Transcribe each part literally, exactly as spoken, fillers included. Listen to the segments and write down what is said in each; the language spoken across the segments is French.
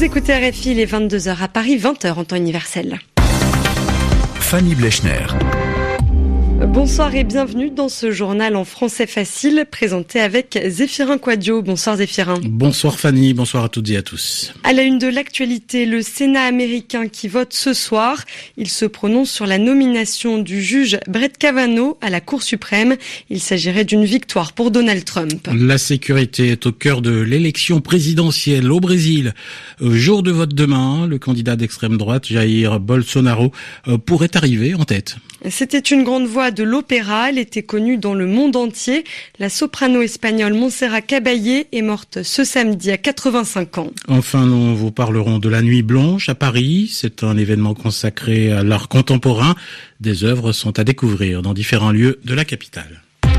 Vous écoutez R F I, il est vingt-deux heures à Paris, vingt heures en temps universel. Fanny Blechner. Bonsoir et bienvenue dans ce journal en français facile, présenté avec Zéphirin Quadio. Bonsoir Zéphirin. Bonsoir Fanny, bonsoir à toutes et à tous. À la une de l'actualité, le Sénat américain qui vote ce soir. Il se prononce sur la nomination du juge Brett Kavanaugh à la Cour suprême. Il s'agirait d'une victoire pour Donald Trump. La sécurité est au cœur de l'élection présidentielle au Brésil. Jour de vote demain, le candidat d'extrême droite, Jair Bolsonaro, pourrait arriver en tête. C'était une grande voix de l'opéra, elle était connue dans le monde entier. La soprano espagnole Montserrat Caballé est morte ce samedi à quatre-vingt-cinq ans. Enfin, nous vous parlerons de la Nuit Blanche à Paris. C'est un événement consacré à l'art contemporain. Des œuvres sont à découvrir dans différents lieux de la capitale.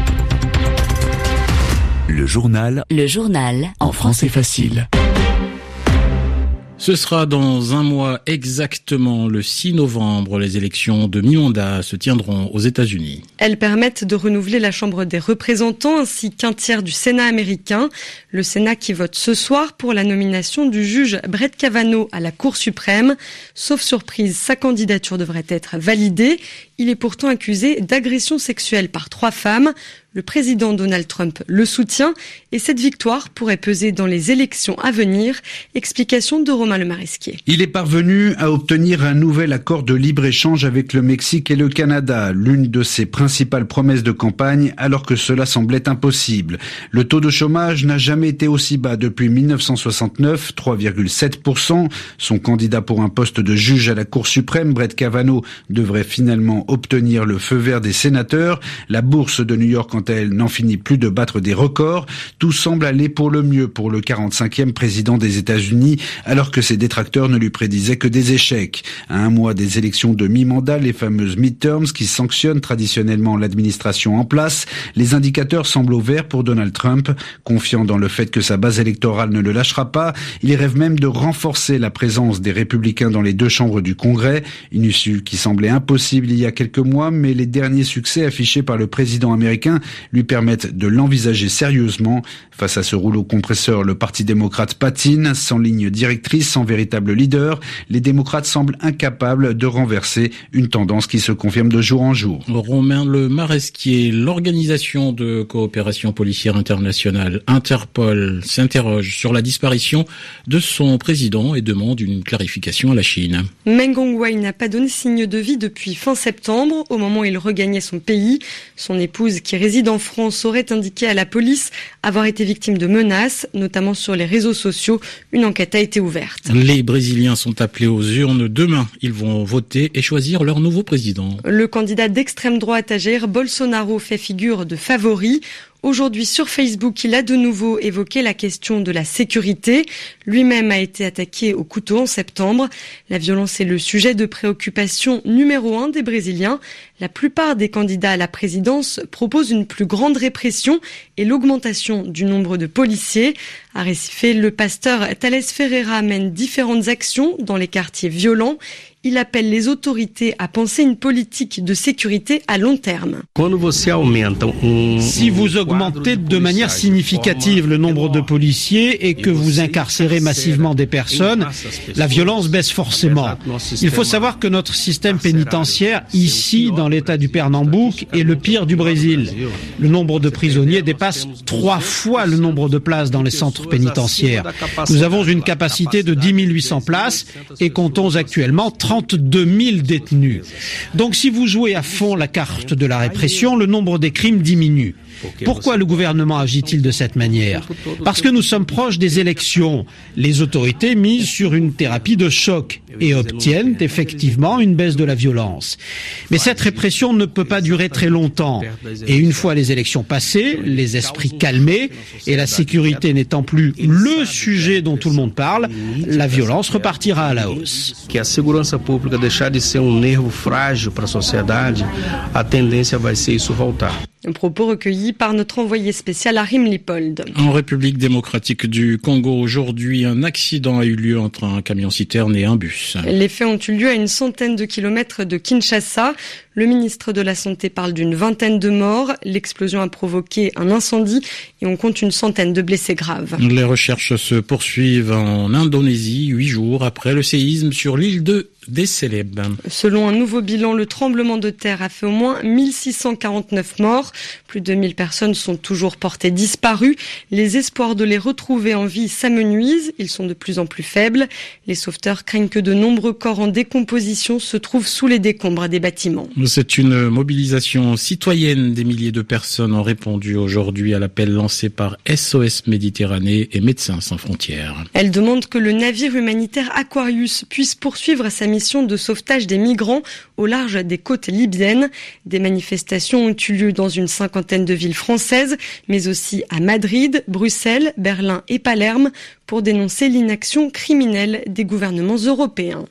Le journal. Le journal. En français facile. Ce sera dans un mois exactement, le six novembre, les élections de mi-mandat se tiendront aux États-Unis. Elles permettent de renouveler la Chambre des représentants ainsi qu'un tiers du Sénat américain. Le Sénat qui vote ce soir pour la nomination du juge Brett Kavanaugh à la Cour suprême. Sauf surprise, sa candidature devrait être validée. Il est pourtant accusé d'agression sexuelle par trois femmes. Le président Donald Trump le soutient et cette victoire pourrait peser dans les élections à venir. Explication de Romain Le Maresquier. Il est parvenu à obtenir un nouvel accord de libre-échange avec le Mexique et le Canada, l'une de ses principales promesses de campagne, alors que cela semblait impossible. Le taux de chômage n'a jamais été aussi bas depuis mille neuf cent soixante-neuf, trois virgule sept pour cent. Son candidat pour un poste de juge à la Cour suprême, Brett Kavanaugh, devrait finalement obtenir le feu vert des sénateurs. La bourse de New York, quant à elle, n'en finit plus de battre des records. Tout semble aller pour le mieux pour le quarante-cinquième président des États-Unis, alors que ses détracteurs ne lui prédisaient que des échecs. À un mois des élections de mi-mandat, les fameuses midterms qui sanctionnent traditionnellement l'administration en place, les indicateurs semblent au vert pour Donald Trump. Confiant dans le fait que sa base électorale ne le lâchera pas, il rêve même de renforcer la présence des républicains dans les deux chambres du Congrès, une issue qui semblait impossible il y a quelques mois, mais les derniers succès affichés par le président américain lui permettent de l'envisager sérieusement. Face à ce rouleau compresseur, le Parti démocrate patine, sans ligne directrice, sans véritable leader. Les démocrates semblent incapables de renverser une tendance qui se confirme de jour en jour. Romain Le Maresquier, l'Organisation de coopération policière internationale, Interpol, s'interroge sur la disparition de son président et demande une clarification à la Chine. Meng Hongwei n'a pas donné signe de vie depuis fin septembre, au moment où il regagnait son pays. Son épouse, qui réside en France, aurait indiqué à la police avoir été victime de menaces, notamment sur les réseaux sociaux. Une enquête a été ouverte. Les Brésiliens sont appelés aux urnes demain. Ils vont voter et choisir leur nouveau président. Le candidat d'extrême droite, Jair Bolsonaro, fait figure de favori. Aujourd'hui, sur Facebook, il a de nouveau évoqué la question de la sécurité. Lui-même a été attaqué au couteau en septembre. La violence est le sujet de préoccupation numéro un des Brésiliens. La plupart des candidats à la présidence proposent une plus grande répression et l'augmentation du nombre de policiers. À Recife, le pasteur Thales Ferreira mène différentes actions dans les quartiers violents. Il appelle les autorités à penser une politique de sécurité à long terme. Si vous augmentez de manière significative le nombre de policiers et que vous incarcérez massivement des personnes, la violence baisse forcément. Il faut savoir que notre système pénitentiaire, ici, dans l'état du Pernambouc, est le pire du Brésil. Le nombre de prisonniers dépasse trois fois le nombre de places dans les centres pénitentiaires. Nous avons une capacité de dix mille huit cents places et comptons actuellement trente-deux mille détenus. Donc si vous jouez à fond la carte de la répression, le nombre des crimes diminue. Pourquoi le gouvernement agit-il de cette manière ? Parce que nous sommes proches des élections. Les autorités misent sur une thérapie de choc et obtiennent effectivement une baisse de la violence. Mais cette répression ne peut pas durer très longtemps. Et une fois les élections passées, les esprits calmés et la sécurité n'étant plus le sujet dont tout le monde parle, la violence repartira à la hausse. Que a segurança pública deixar de ser um nervo frágil para a sociedade, a tendência vai ser isso voltar. Un propos recueilli par notre envoyé spécial Arim Lipold. En République démocratique du Congo, aujourd'hui, un accident a eu lieu entre un camion-citerne et un bus. Les faits ont eu lieu à une centaine de kilomètres de Kinshasa. Le ministre de la Santé parle d'une vingtaine de morts. L'explosion a provoqué un incendie et on compte une centaine de blessés graves. Les recherches se poursuivent en Indonésie, huit jours après le séisme sur l'île de Décélèbes. Selon un nouveau bilan, le tremblement de terre a fait au moins mille six cent quarante-neuf morts. Plus de mille personnes sont toujours portées disparues. Les espoirs de les retrouver en vie s'amenuisent. Ils sont de plus en plus faibles. Les sauveteurs craignent que de nombreux corps en décomposition se trouvent sous les décombres des bâtiments. C'est une mobilisation citoyenne. Des milliers de personnes ont répondu aujourd'hui à l'appel lancé par S O S Méditerranée et Médecins sans frontières. Elles demandent que le navire humanitaire Aquarius puisse poursuivre sa mission de sauvetage des migrants au large des côtes libyennes. Des manifestations ont eu lieu dans une cinquantaine de villes françaises, mais aussi à Madrid, Bruxelles, Berlin et Palerme pour dénoncer l'inaction criminelle des gouvernements européens.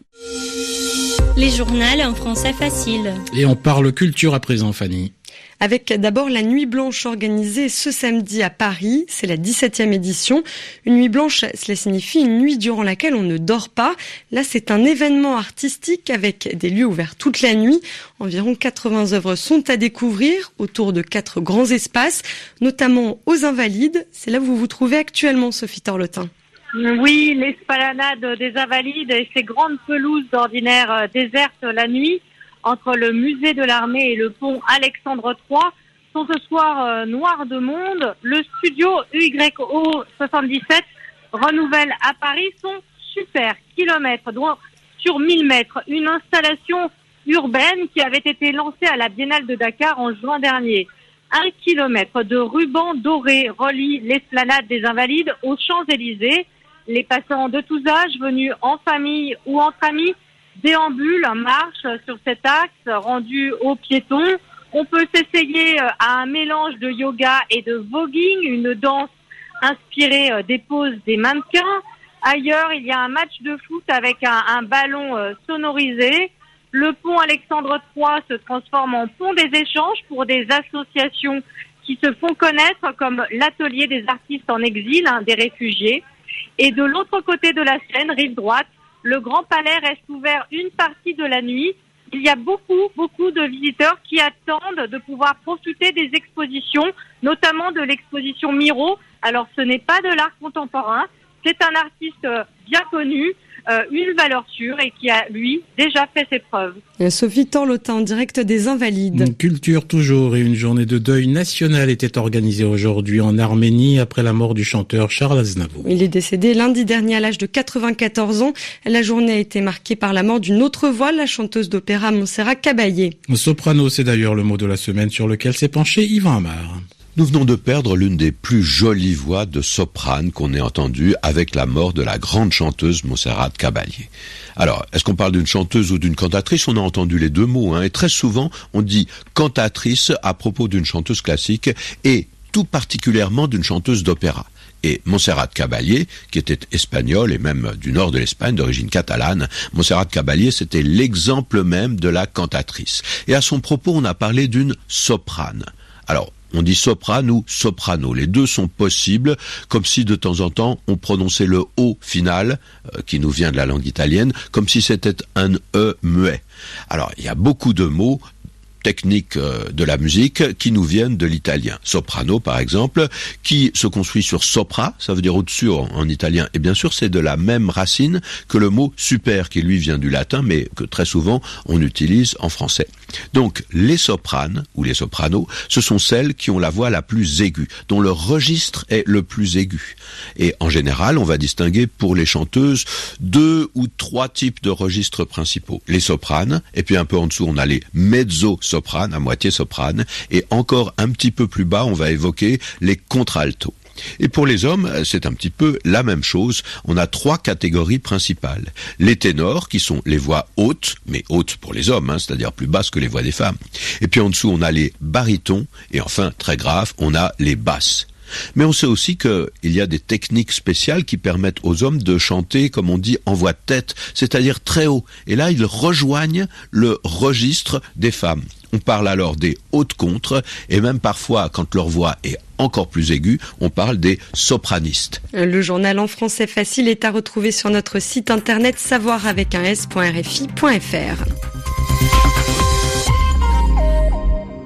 Les journaux en français facile. Et on parle culture à présent, Fanny. Avec d'abord la Nuit Blanche organisée ce samedi à Paris. C'est la dix-septième édition. Une nuit blanche, cela signifie une nuit durant laquelle on ne dort pas. Là, c'est un événement artistique avec des lieux ouverts toute la nuit. Environ quatre-vingts œuvres sont à découvrir autour de quatre grands espaces, notamment aux Invalides. C'est là où vous vous trouvez actuellement, Sophie Torlotin. Oui, l'esplanade des Invalides et ces grandes pelouses d'ordinaire désertes la nuit entre le musée de l'armée et le pont Alexandre trois sont ce soir euh, noirs de monde. Le studio U Y O soixante-dix-sept renouvelle à Paris son super kilomètre donc sur mille mètres. Une installation urbaine qui avait été lancée à la Biennale de Dakar en juin dernier. Un kilomètre de ruban doré relie l'esplanade des Invalides aux Champs-Élysées. Les passants de tous âges venus en famille ou entre amis déambule, marche sur cet axe rendu aux piétons. On peut s'essayer à un mélange de yoga et de voguing, une danse inspirée des poses des mannequins. Ailleurs, il y a un match de foot avec un, un ballon sonorisé. Le pont Alexandre trois se transforme en pont des échanges pour des associations qui se font connaître comme l'atelier des artistes en exil, hein, des réfugiés. Et de l'autre côté de la Seine, rive droite, le Grand Palais reste ouvert une partie de la nuit. Il y a beaucoup, beaucoup de visiteurs qui attendent de pouvoir profiter des expositions, notamment de l'exposition Miro. Alors, ce n'est pas de l'art contemporain, c'est un artiste bien connu, euh, une valeur sûre et qui a, lui, déjà fait ses preuves. Sophie Torlotin, en direct des Invalides. Culture toujours, et une journée de deuil national était organisée aujourd'hui en Arménie après la mort du chanteur Charles Aznavour. Il est décédé lundi dernier à l'âge de quatre-vingt-quatorze ans. La journée a été marquée par la mort d'une autre voix, la chanteuse d'opéra Montserrat Caballé. Soprano, c'est d'ailleurs le mot de la semaine sur lequel s'est penché Yvan Amar. Nous venons de perdre l'une des plus jolies voix de soprane qu'on ait entendues avec la mort de la grande chanteuse Montserrat Caballé. Alors, est-ce qu'on parle d'une chanteuse ou d'une cantatrice? On a entendu les deux mots, hein, et très souvent, on dit cantatrice à propos d'une chanteuse classique et tout particulièrement d'une chanteuse d'opéra. Et Montserrat Caballé, qui était espagnole et même du nord de l'Espagne, d'origine catalane, Montserrat Caballé, c'était l'exemple même de la cantatrice. Et à son propos, on a parlé d'une soprane. Alors, on dit soprane ou soprano. Les deux sont possibles, comme si de temps en temps on prononçait le O final, euh, qui nous vient de la langue italienne, comme si c'était un E muet. Alors, il y a beaucoup de mots techniques de la musique qui nous viennent de l'italien. Soprano, par exemple, qui se construit sur sopra, ça veut dire au-dessus en, en italien. Et bien sûr, c'est de la même racine que le mot super, qui lui vient du latin, mais que très souvent on utilise en français. Donc, les sopranes, ou les sopranos, ce sont celles qui ont la voix la plus aiguë, dont le registre est le plus aigu. Et en général, on va distinguer pour les chanteuses deux ou trois types de registres principaux. Les sopranes, et puis un peu en dessous, on a les mezzo-sopranes, à moitié soprane, et encore un petit peu plus bas, on va évoquer les contraltos. Et pour les hommes, c'est un petit peu la même chose. On a trois catégories principales. Les ténors, qui sont les voix hautes, mais hautes pour les hommes, hein, c'est-à-dire plus basses que les voix des femmes. Et puis en dessous, on a les barytons, et enfin, très grave, on a les basses. Mais on sait aussi qu'il y a des techniques spéciales qui permettent aux hommes de chanter, comme on dit, en voix de tête, c'est-à-dire très haut. Et là, ils rejoignent le registre des femmes. On parle alors des hautes contres, et même parfois, quand leur voix est encore plus aiguë, on parle des sopranistes. Le journal en français facile est à retrouver sur notre site internet savoir avec un s point r f i point f r.